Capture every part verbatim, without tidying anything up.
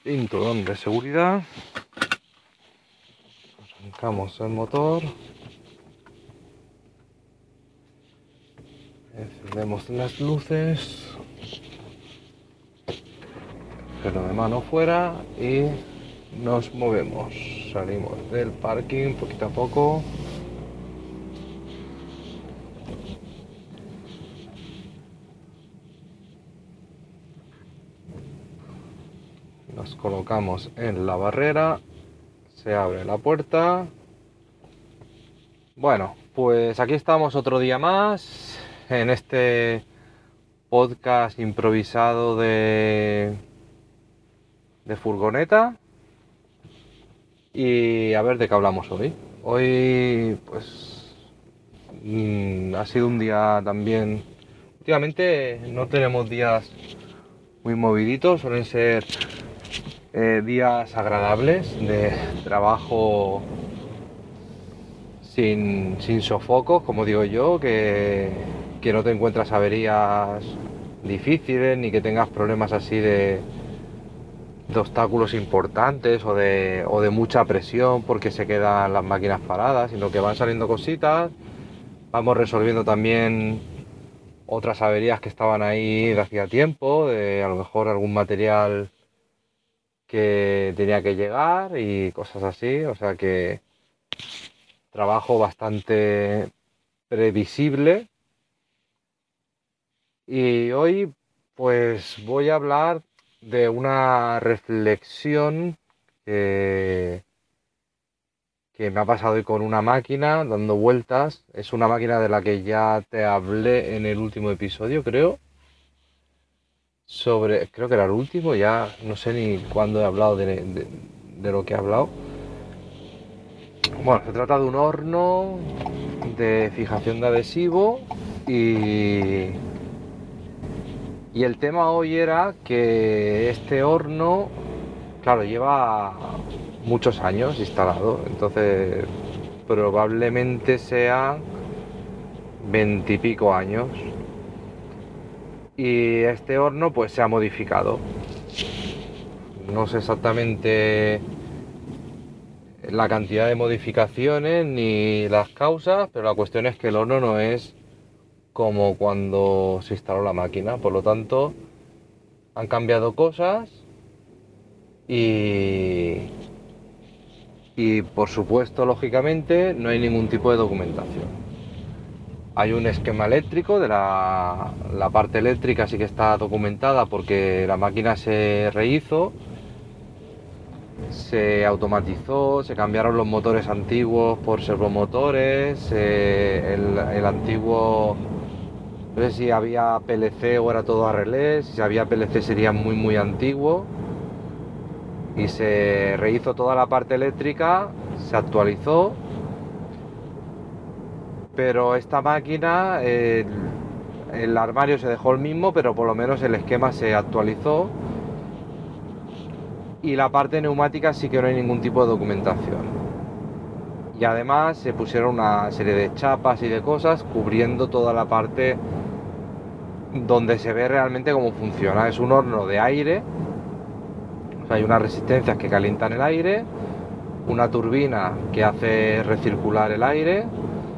cinturón de seguridad, arrancamos el motor, encendemos las luces, freno de mano fuera y nos movemos, salimos del parking poquito a poco. Nos colocamos en la barrera, se abre la puerta. Bueno, pues aquí estamos otro día más en este podcast improvisado de, de furgoneta. Y a ver de qué hablamos hoy. Hoy pues mmm, ha sido un día también... Últimamente no tenemos días muy moviditos, suelen ser Eh, días agradables de trabajo sin, sin sofocos, como digo yo, que, que no te encuentras averías difíciles ni que tengas problemas así de, de obstáculos importantes o de, o de mucha presión porque se quedan las máquinas paradas, sino que van saliendo cositas, vamos resolviendo también otras averías que estaban ahí de hacía tiempo, de a lo mejor algún material que tenía que llegar y cosas así, o sea que trabajo bastante previsible. Y hoy pues voy a hablar de una reflexión que, que me ha pasado hoy con una máquina dando vueltas. Es una máquina de la que ya te hablé en el último episodio, creo. Sobre, creo que era el último, ya no sé ni cuándo he hablado de, de, de lo que he hablado. Bueno, se trata de un horno de fijación de adhesivo y, y el tema hoy era que este horno, claro, lleva muchos años instalado, entonces probablemente sean veintipico años y este horno pues se ha modificado. No sé exactamente la cantidad de modificaciones ni las causas, pero la cuestión es que el horno no es como cuando se instaló la máquina, por lo tanto han cambiado cosas y, y por supuesto, lógicamente, no hay ningún tipo de documentación. Hay un esquema eléctrico de la, la parte eléctrica, sí que está documentada porque la máquina se rehizo, se automatizó, se cambiaron los motores antiguos por servomotores, eh, el, el antiguo, no sé si había P L C o era todo a relé, si había P L C sería muy muy antiguo, y se rehizo toda la parte eléctrica, se actualizó, pero esta máquina, el, el armario se dejó el mismo, pero por lo menos el esquema se actualizó. Y la parte neumática sí que no hay ningún tipo de documentación. Y además se pusieron una serie de chapas y de cosas cubriendo toda la parte donde se ve realmente cómo funciona. Es un horno de aire, o sea, hay unas resistencias que calientan el aire, una turbina que hace recircular el aire,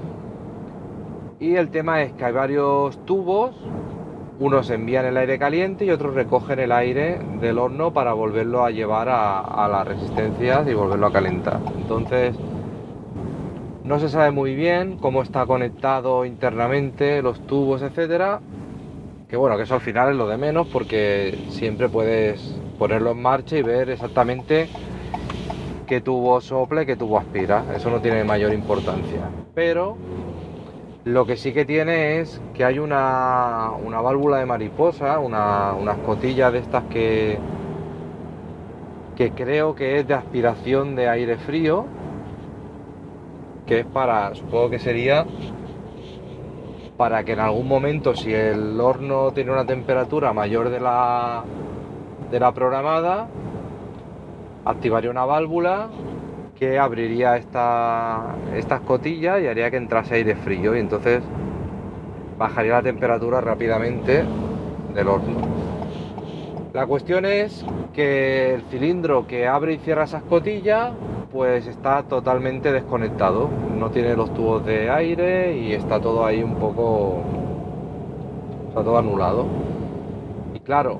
y el tema es que hay varios tubos. Unos envían el aire caliente y otros recogen el aire del horno para volverlo a llevar a, a las resistencias y volverlo a calentar. Entonces no se sabe muy bien cómo está conectado internamente los tubos, etcétera. Que bueno, que eso al final es lo de menos porque siempre puedes ponerlo en marcha y ver exactamente qué tubo sopla y qué tubo aspira. Eso no tiene mayor importancia. Pero lo que sí que tiene es que hay una, una válvula de mariposa, una, una escotilla de estas que, que creo que es de aspiración de aire frío, que es para, supongo que sería para que en algún momento, si el horno tiene una temperatura mayor de la, de la programada, activaría una válvula que abriría esta, esta escotilla y haría que entrase aire frío y entonces bajaría la temperatura rápidamente del horno. La cuestión es que el cilindro que abre y cierra esa escotilla pues está totalmente desconectado, no tiene los tubos de aire y está todo ahí un poco, está todo anulado. Y claro,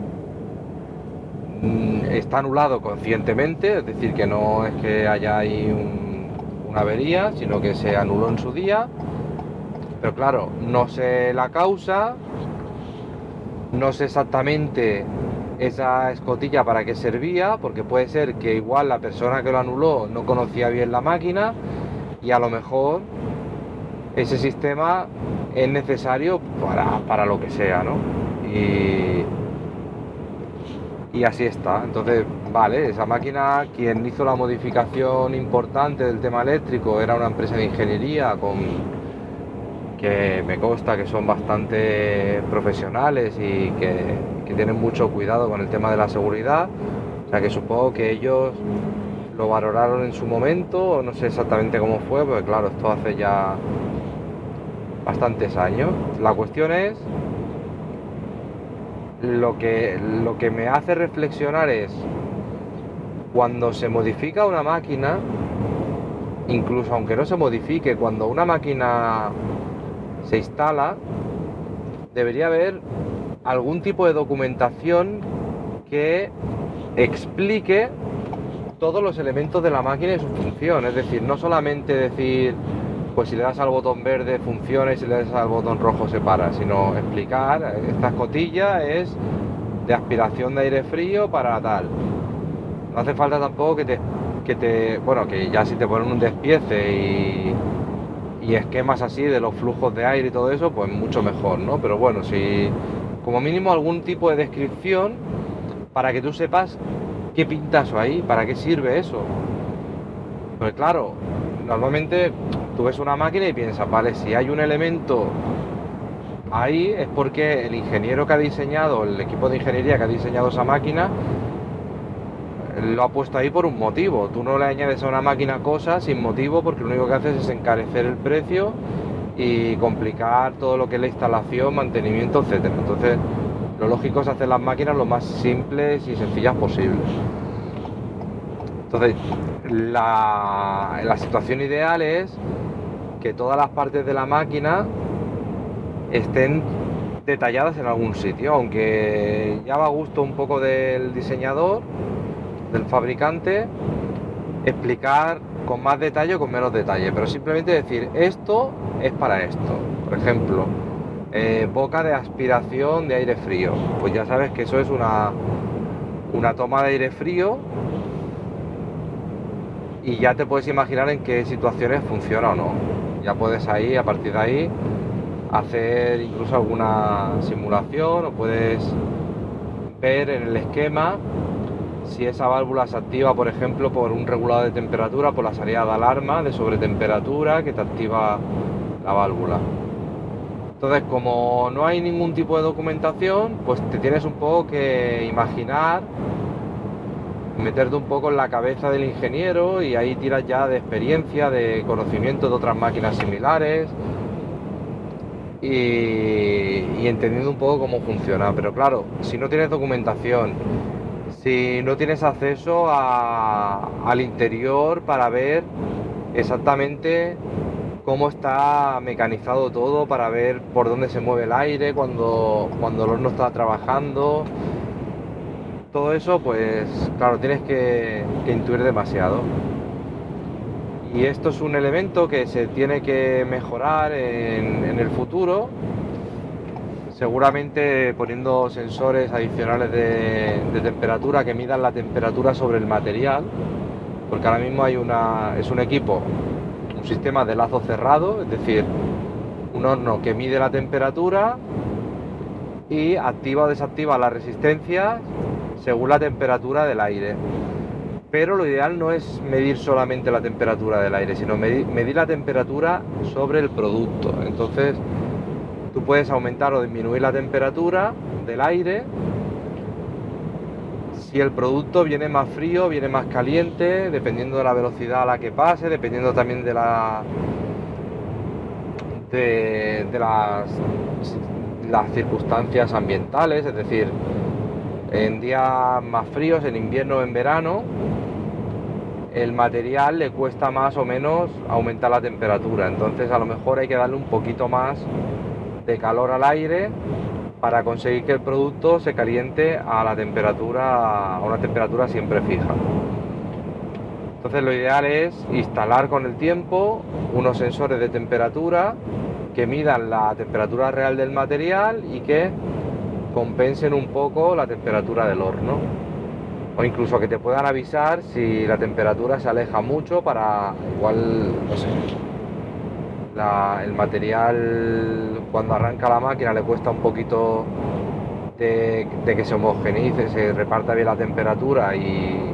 está anulado conscientemente, es decir, que no es que haya ahí un, una avería, sino que se anuló en su día, pero claro, no sé la causa, no sé exactamente esa escotilla para qué servía, porque puede ser que igual la persona que lo anuló no conocía bien la máquina y a lo mejor ese sistema es necesario para, para lo que sea, ¿no? Y, y así está. Entonces, vale, esa máquina, quien hizo la modificación importante del tema eléctrico era una empresa de ingeniería con que me consta que son bastante profesionales y que, que tienen mucho cuidado con el tema de la seguridad, o sea que supongo que ellos lo valoraron en su momento, no sé exactamente cómo fue, porque claro, esto hace ya bastantes años. La cuestión es, lo que, lo que me hace reflexionar es, cuando se modifica una máquina, incluso aunque no se modifique, cuando una máquina se instala, debería haber algún tipo de documentación que explique todos los elementos de la máquina y su función. Es decir, no solamente decir, pues si le das al botón verde funciona y si le das al botón rojo se para, sino explicar, esta escotilla es de aspiración de aire frío para tal. No hace falta tampoco que te, que te bueno, que ya si te ponen un despiece y y esquemas así de los flujos de aire y todo eso, pues mucho mejor, ¿no? Pero bueno, si como mínimo algún tipo de descripción para que tú sepas qué pinta eso ahí, para qué sirve eso. Pues claro, normalmente tú ves una máquina y piensas, vale, si hay un elemento ahí es porque el ingeniero que ha diseñado, el equipo de ingeniería que ha diseñado esa máquina, lo ha puesto ahí por un motivo. Tú no le añades a una máquina cosas sin motivo, porque lo único que haces es encarecer el precio y complicar todo lo que es la instalación, mantenimiento, etcétera. Entonces, lo lógico es hacer las máquinas lo más simples y sencillas posible. Entonces, la, la situación ideal es que todas las partes de la máquina estén detalladas en algún sitio, aunque ya va a gusto un poco del diseñador, del fabricante, explicar con más detalle o con menos detalle, pero simplemente decir, esto es para esto. Por ejemplo, eh, boca de aspiración de aire frío, pues ya sabes que eso es una, una toma de aire frío y ya te puedes imaginar en qué situaciones funciona o no. Ya puedes ahí, a partir de ahí, hacer incluso alguna simulación o puedes ver en el esquema si esa válvula se activa, por ejemplo, por un regulador de temperatura, por la salida de alarma de sobretemperatura que te activa la válvula. Entonces, como no hay ningún tipo de documentación, pues te tienes un poco que imaginar, meterte un poco en la cabeza del ingeniero y ahí tiras ya de experiencia, de conocimiento de otras máquinas similares y, y entendiendo un poco cómo funciona. Pero claro, si no tienes documentación, si no tienes acceso a, al interior para ver exactamente cómo está mecanizado todo, para ver por dónde se mueve el aire cuando, cuando el horno está trabajando, todo eso, pues claro, tienes que, que intuir demasiado. Y esto es un elemento que se tiene que mejorar en, en el futuro, seguramente poniendo sensores adicionales de, de temperatura que midan la temperatura sobre el material, porque ahora mismo hay una, es un equipo, un sistema de lazo cerrado, es decir, un horno que mide la temperatura y activa o desactiva la resistencia según la temperatura del aire. Pero lo ideal no es medir solamente la temperatura del aire, sino medir, medir la temperatura sobre el producto. Entonces, tú puedes aumentar o disminuir la temperatura del aire si el producto viene más frío, viene más caliente, dependiendo de la velocidad a la que pase, dependiendo también de la de, de las, las circunstancias ambientales, es decir, En días más fríos, en invierno o en verano, el material le cuesta más o menos aumentar la temperatura, entonces a lo mejor hay que darle un poquito más de calor al aire para conseguir que el producto se caliente a la temperatura, a una temperatura siempre fija. Entonces lo ideal es instalar con el tiempo unos sensores de temperatura que midan la temperatura real del material y que compensen un poco la temperatura del horno, o incluso que te puedan avisar si la temperatura se aleja mucho para igual, no sé, la, el material cuando arranca la máquina le cuesta un poquito de, de que se homogeneice, se reparta bien la temperatura y,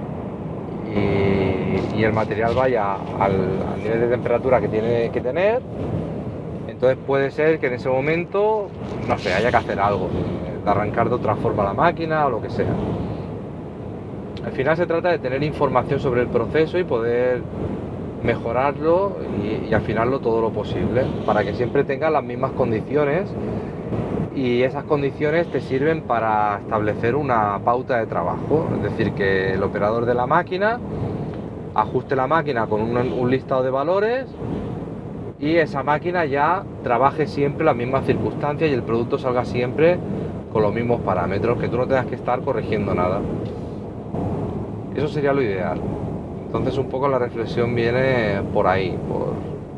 y, y el material vaya al, al nivel de temperatura que tiene que tener. Entonces puede ser que en ese momento, no sé, haya que hacer algo, de arrancar de otra forma la máquina o lo que sea. Al final se trata de tener información sobre el proceso y poder mejorarlo y, y afinarlo todo lo posible para que siempre tenga las mismas condiciones, y esas condiciones te sirven para establecer una pauta de trabajo, es decir, que el operador de la máquina ajuste la máquina con un, un listado de valores y esa máquina ya trabaje siempre las mismas circunstancias y el producto salga siempre con los mismos parámetros, que tú no tengas que estar corrigiendo nada. Eso sería lo ideal. Entonces un poco la reflexión viene por ahí, por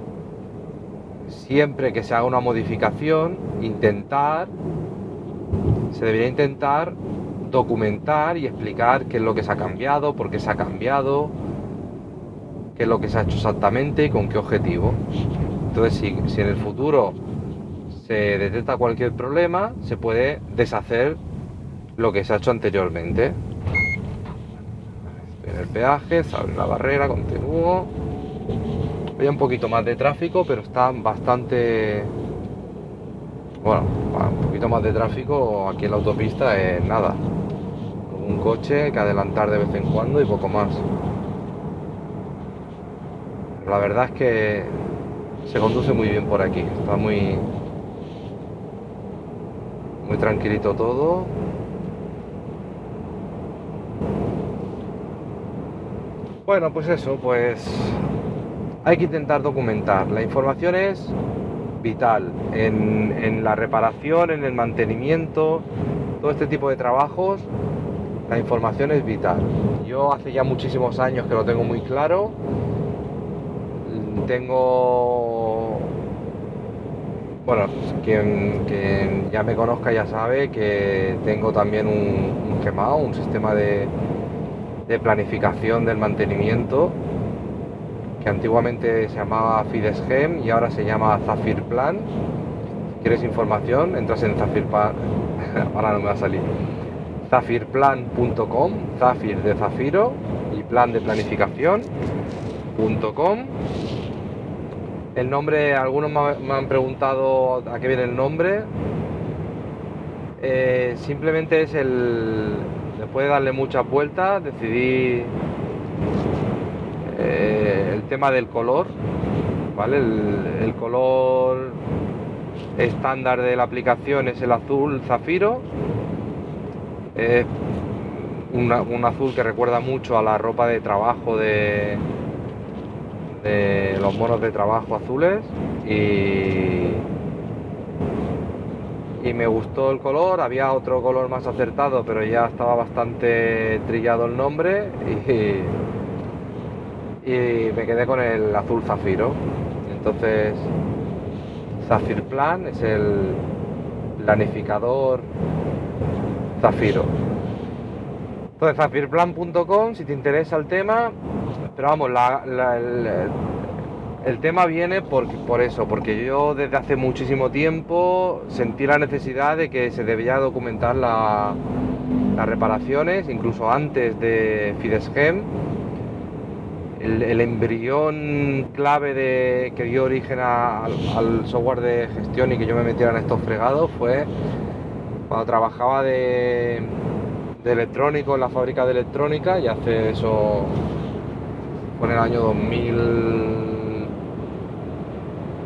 siempre que se haga una modificación, intentar, se debería intentar documentar y explicar qué es lo que se ha cambiado, por qué se ha cambiado, qué es lo que se ha hecho exactamente y con qué objetivo. Entonces si, si en el futuro se detecta cualquier problema, se puede deshacer lo que se ha hecho anteriormente. En el peaje, se abre la barrera, continúo. Hay un poquito más de tráfico, pero está bastante... Bueno, un poquito más de tráfico aquí en la autopista es nada. Un coche que adelantar de vez en cuando y poco más. Pero la verdad es que se conduce muy bien por aquí. Está muy... muy tranquilito todo. Bueno, pues eso, pues hay que intentar documentar. La información es vital en, en la reparación, en el mantenimiento, todo este tipo de trabajos. La información es vital. Yo hace ya muchísimos años que lo tengo muy claro. Tengo... Bueno, quien, quien ya me conozca ya sabe que tengo también un, un GEMAO, un sistema de... de planificación del mantenimiento, que antiguamente se llamaba Fidesgem y ahora se llama Zafir Plan. Si quieres información, entras en Zafir Plan, ahora no me va a salir, zafirplan punto com, Zafir de Zafiro y plan de planificación punto com. El nombre, algunos me han preguntado a qué viene el nombre. Eh, simplemente es el... Después de darle muchas vueltas, decidí eh, el tema del color, ¿vale? El, el color estándar de la aplicación es el azul zafiro. Es una, un azul que recuerda mucho a la ropa de trabajo de, de los monos de trabajo azules, y... y me gustó el color. Había otro color más acertado, pero ya estaba bastante trillado el nombre y, y me quedé con el azul zafiro. Entonces Zafir Plan es el planificador zafiro. Entonces zafirplan punto com si te interesa el tema, pero vamos, la, la, el, El tema viene por, por eso, porque yo desde hace muchísimo tiempo sentí la necesidad de que se debía documentar la, las reparaciones, incluso antes de Fidesgem. El, el embrión clave de, que dio origen a, al, al software de gestión y que yo me metiera en estos fregados fue cuando trabajaba de, de electrónico en la fábrica de electrónica, y hace eso, fue en el año dos mil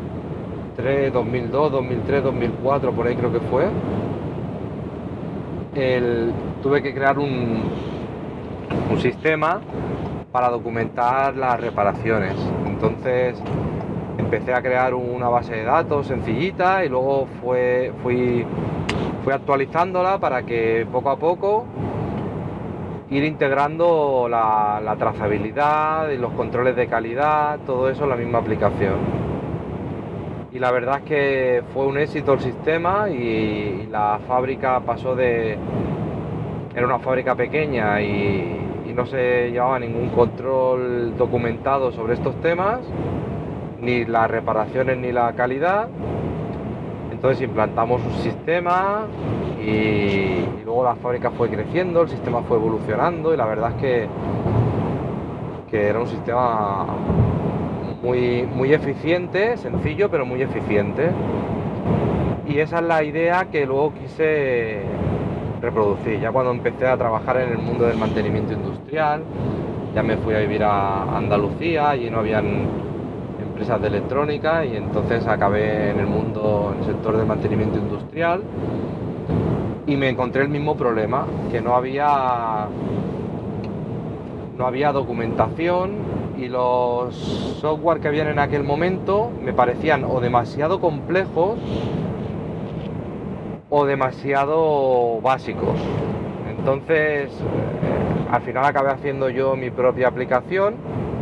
tres, dos mil dos, dos mil tres, dos mil cuatro, por ahí creo que fue. el, tuve que crear un, un sistema para documentar las reparaciones. Entonces empecé a crear una base de datos sencillita y luego fue, fui, fui actualizándola para que poco a poco ir integrando la, la trazabilidad y los controles de calidad, todo eso en la misma aplicación. Y la verdad es que fue un éxito el sistema y, y la fábrica pasó de... Era una fábrica pequeña y, y no se llevaba ningún control documentado sobre estos temas, ni las reparaciones ni la calidad. Entonces implantamos un sistema y, y luego la fábrica fue creciendo, el sistema fue evolucionando y la verdad es que, que era un sistema muy, muy eficiente, sencillo pero muy eficiente. Y esa es la idea que luego quise reproducir. Ya cuando empecé a trabajar en el mundo del mantenimiento industrial, ya me fui a vivir a Andalucía y no habían empresas de electrónica y entonces acabé en el mundo, en el sector del mantenimiento industrial y me encontré el mismo problema, que no había no había documentación y los software que habían en aquel momento me parecían o demasiado complejos o demasiado básicos. Entonces eh, al final acabé haciendo yo mi propia aplicación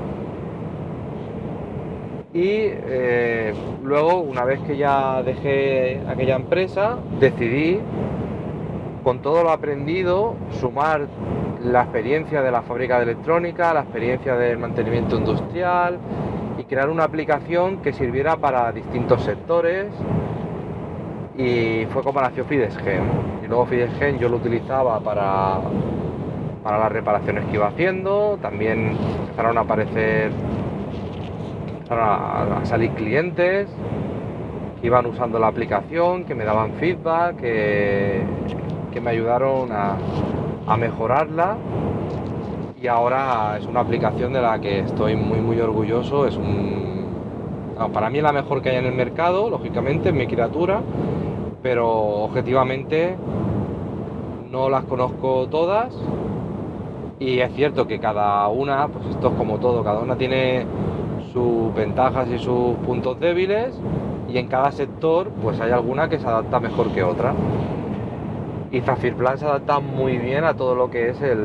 y eh, luego, una vez que ya dejé aquella empresa, decidí, con todo lo aprendido, sumar la experiencia de la fábrica de electrónica, la experiencia del mantenimiento industrial y crear una aplicación que sirviera para distintos sectores. Y fue como nació Fidesgen. Y luego Fidesgen yo lo utilizaba para, para las reparaciones que iba haciendo. También empezaron a aparecer, empezaron a, a salir clientes que iban usando la aplicación, que me daban feedback, que, que me ayudaron a, a mejorarla. Y ahora es una aplicación de la que estoy muy muy orgulloso. Es un, no, para mí es la mejor que hay en el mercado, lógicamente, es mi criatura, pero objetivamente no las conozco todas y es cierto que cada una, pues esto es como todo, cada una tiene sus ventajas y sus puntos débiles y en cada sector pues hay alguna que se adapta mejor que otra. Y Zafirplan se adapta muy bien a todo lo que es el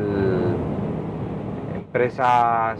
empresas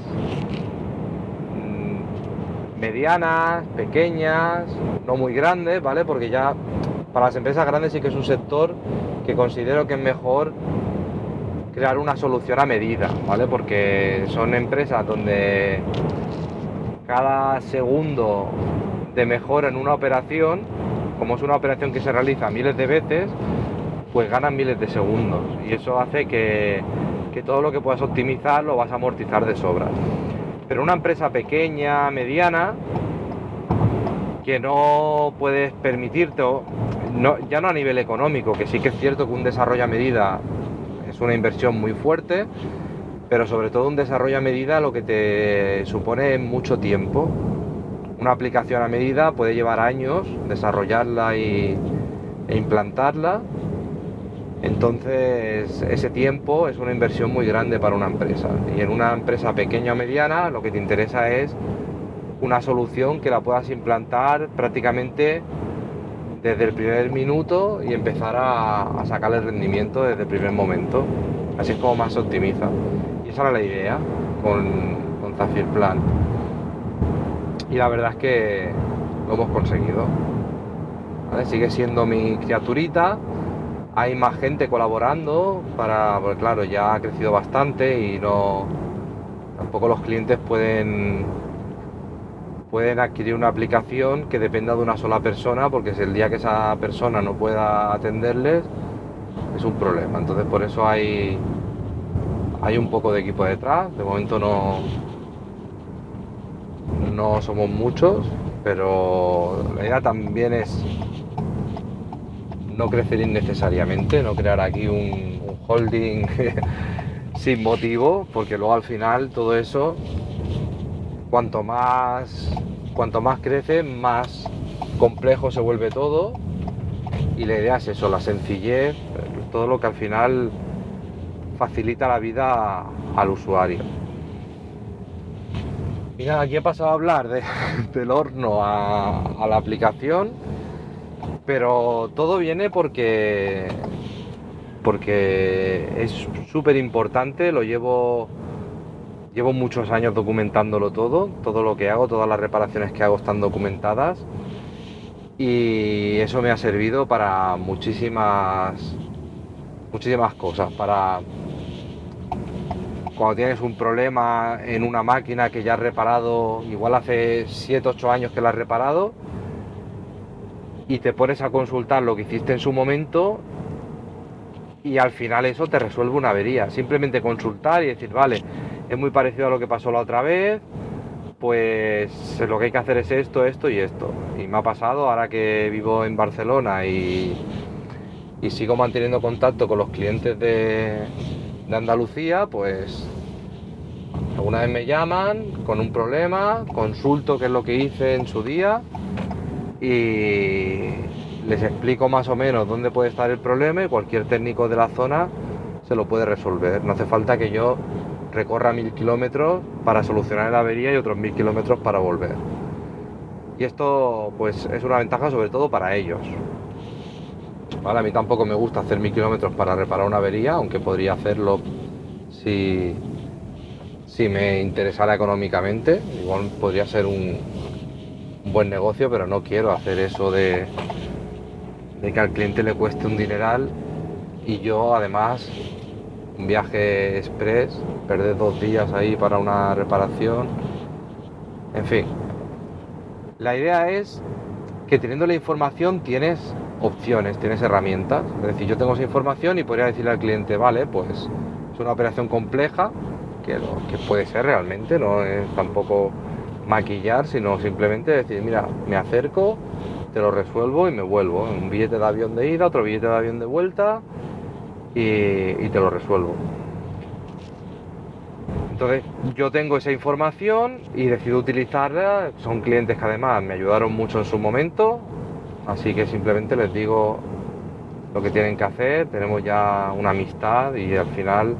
medianas, pequeñas, no muy grandes, ¿vale? Porque ya para las empresas grandes sí que es un sector que considero que es mejor crear una solución a medida, ¿vale? Porque son empresas donde cada segundo de mejora en una operación, como es una operación que se realiza miles de veces, pues ganan miles de segundos y eso hace que, que todo lo que puedas optimizar lo vas a amortizar de sobra. Pero una empresa pequeña, mediana, que no puedes permitirte, no, ya no a nivel económico, que sí que es cierto que un desarrollo a medida es una inversión muy fuerte, pero sobre todo un desarrollo a medida lo que te supone mucho tiempo. Una aplicación a medida puede llevar años desarrollarla y, e implantarla, entonces ese tiempo es una inversión muy grande para una empresa. Y en una empresa pequeña o mediana lo que te interesa es una solución que la puedas implantar prácticamente desde el primer minuto y empezar a, a sacarle rendimiento desde el primer momento. Así es como más se optimiza. Y esa era la idea con, con Zafirplan. Y la verdad es que lo hemos conseguido. ¿Vale? Sigue siendo mi criaturita. Hay más gente colaborando para, porque claro, ya ha crecido bastante y no tampoco los clientes pueden pueden adquirir una aplicación que dependa de una sola persona, porque si el día que esa persona no pueda atenderles es un problema. Entonces por eso hay hay un poco de equipo detrás. De momento no no somos muchos, pero la idea también es no crecer innecesariamente, no crear aquí un, un holding sin motivo, porque luego al final todo eso, cuanto más cuanto más crece, más complejo se vuelve todo. Y la idea es eso, la sencillez, todo lo que al final facilita la vida al usuario. Y nada, aquí he pasado a hablar de, del horno a, a la aplicación, pero todo viene porque, porque es súper importante, lo llevo, llevo muchos años documentándolo todo, todo lo que hago, todas las reparaciones que hago están documentadas y eso me ha servido para muchísimas, muchísimas cosas, para cuando tienes un problema en una máquina que ya has reparado, igual hace siete ocho años que la has reparado, y te pones a consultar lo que hiciste en su momento y al final eso te resuelve una avería. Simplemente consultar y decir, vale, es muy parecido a lo que pasó la otra vez, pues lo que hay que hacer es esto, esto y esto. Y me ha pasado ahora que vivo en Barcelona y, y sigo manteniendo contacto con los clientes de... de Andalucía, pues alguna vez me llaman con un problema, consulto qué es lo que hice en su día y les explico más o menos dónde puede estar el problema y cualquier técnico de la zona se lo puede resolver. No hace falta que yo recorra mil kilómetros para solucionar la avería y otros mil kilómetros para volver. Y esto pues es una ventaja sobre todo para ellos. Vale, a mí tampoco me gusta hacer mil kilómetros para reparar una avería, aunque podría hacerlo si, si me interesara económicamente. Igual podría ser un, un buen negocio, pero no quiero hacer eso de, de que al cliente le cueste un dineral y yo además un viaje express, perder dos días ahí para una reparación, en fin. La idea es que teniendo la información tienes opciones, tienes herramientas. Es decir, yo tengo esa información y podría decirle al cliente, vale, pues es una operación compleja, que, lo, que puede ser realmente, no es tampoco maquillar, sino simplemente decir, mira, me acerco, te lo resuelvo y me vuelvo. Un billete de avión de ida, otro billete de avión de vuelta y, y te lo resuelvo. Entonces yo tengo esa información y decido utilizarla. Son clientes que además me ayudaron mucho en su momento, así que simplemente les digo lo que tienen que hacer. Tenemos ya una amistad y al final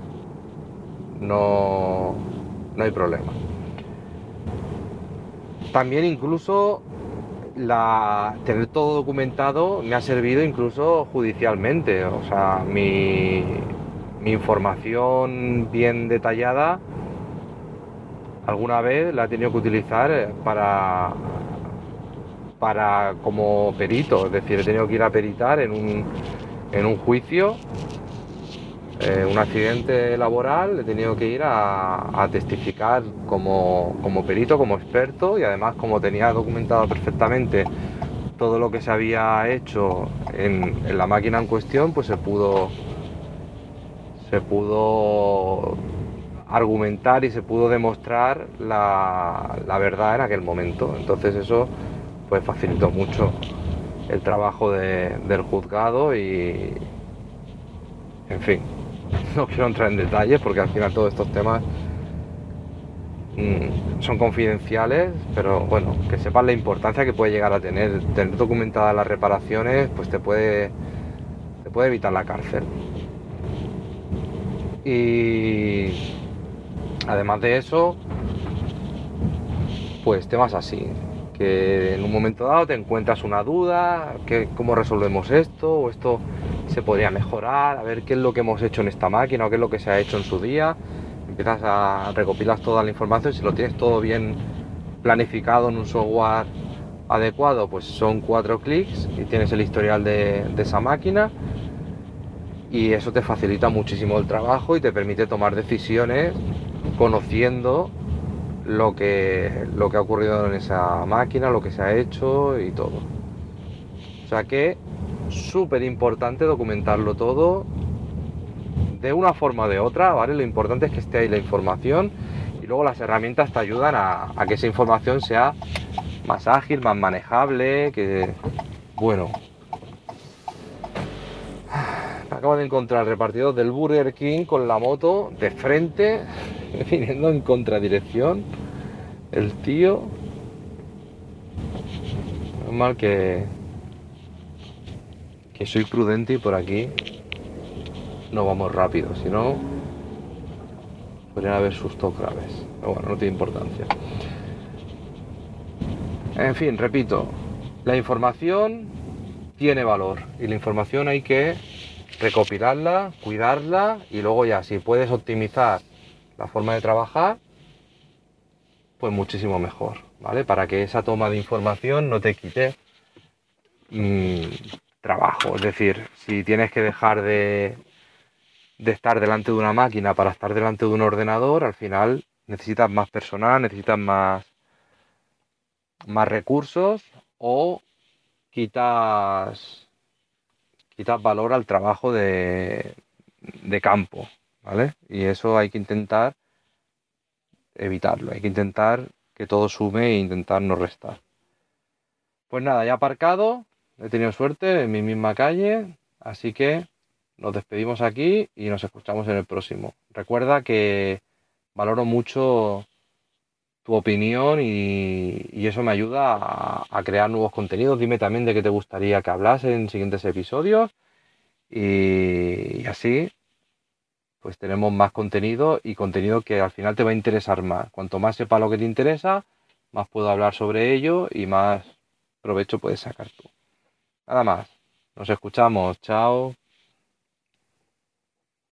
no, no hay problema. También incluso la, tener todo documentado me ha servido incluso judicialmente. O sea, mi, mi información bien detallada alguna vez la he tenido que utilizar para, para como perito. Es decir, he tenido que ir a peritar en un, en un juicio, eh, un accidente laboral, he tenido que ir a, a testificar como, como perito, como experto, y además como tenía documentado perfectamente todo lo que se había hecho en, en la máquina en cuestión, pues se pudo se pudo argumentar y se pudo demostrar la, la verdad en aquel momento. Entonces eso pues facilitó mucho el trabajo de, del juzgado y, en fin, no quiero entrar en detalles porque al final todos estos temas mmm, son confidenciales, pero bueno, que sepas la importancia que puede llegar a tener. Tener documentadas las reparaciones pues te puede, te puede evitar la cárcel. Y además de eso, pues temas así, que en un momento dado te encuentras una duda, que cómo resolvemos esto, o esto se podría mejorar, a ver qué es lo que hemos hecho en esta máquina o qué es lo que se ha hecho en su día. Empiezas a recopilar toda la información. Si lo tienes todo bien planificado en un software adecuado, pues son cuatro clics y tienes el historial de, de esa máquina. Y eso te facilita muchísimo el trabajo y te permite tomar decisiones conociendo lo que, lo que ha ocurrido en esa máquina, lo que se ha hecho y todo. O sea que súper importante documentarlo todo de una forma o de otra, ¿vale? Lo importante es que esté ahí la información y luego las herramientas te ayudan a, a que esa información sea más ágil, más manejable, que bueno. Acabo de encontrar repartidor del Burger King con la moto de frente, viniendo en contradirección. El tío. Es mal que, que soy prudente y por aquí no vamos rápido, si no podrían haber sustos graves. Pero bueno, no tiene importancia. En fin, repito, la información tiene valor y la información hay que recopilarla, cuidarla y luego ya, si puedes optimizar la forma de trabajar, pues muchísimo mejor, ¿vale? Para que esa toma de información no te quite mmm, trabajo. Es decir, si tienes que dejar de, de estar delante de una máquina para estar delante de un ordenador, al final necesitas más personal, necesitas más, más recursos o quitas, quitas valor al trabajo de, de campo, ¿vale? Y eso hay que intentar evitarlo, hay que intentar que todo sume e intentar no restar. Pues nada, ya aparcado, he tenido suerte en mi misma calle, así que nos despedimos aquí y nos escuchamos en el próximo. Recuerda que valoro mucho tu opinión y, y eso me ayuda a, a crear nuevos contenidos. Dime también de qué te gustaría que hablase en siguientes episodios y, y así pues tenemos más contenido y contenido que al final te va a interesar más. Cuanto más sepa lo que te interesa, más puedo hablar sobre ello y más provecho puedes sacar tú. Nada más. Nos escuchamos. Chao.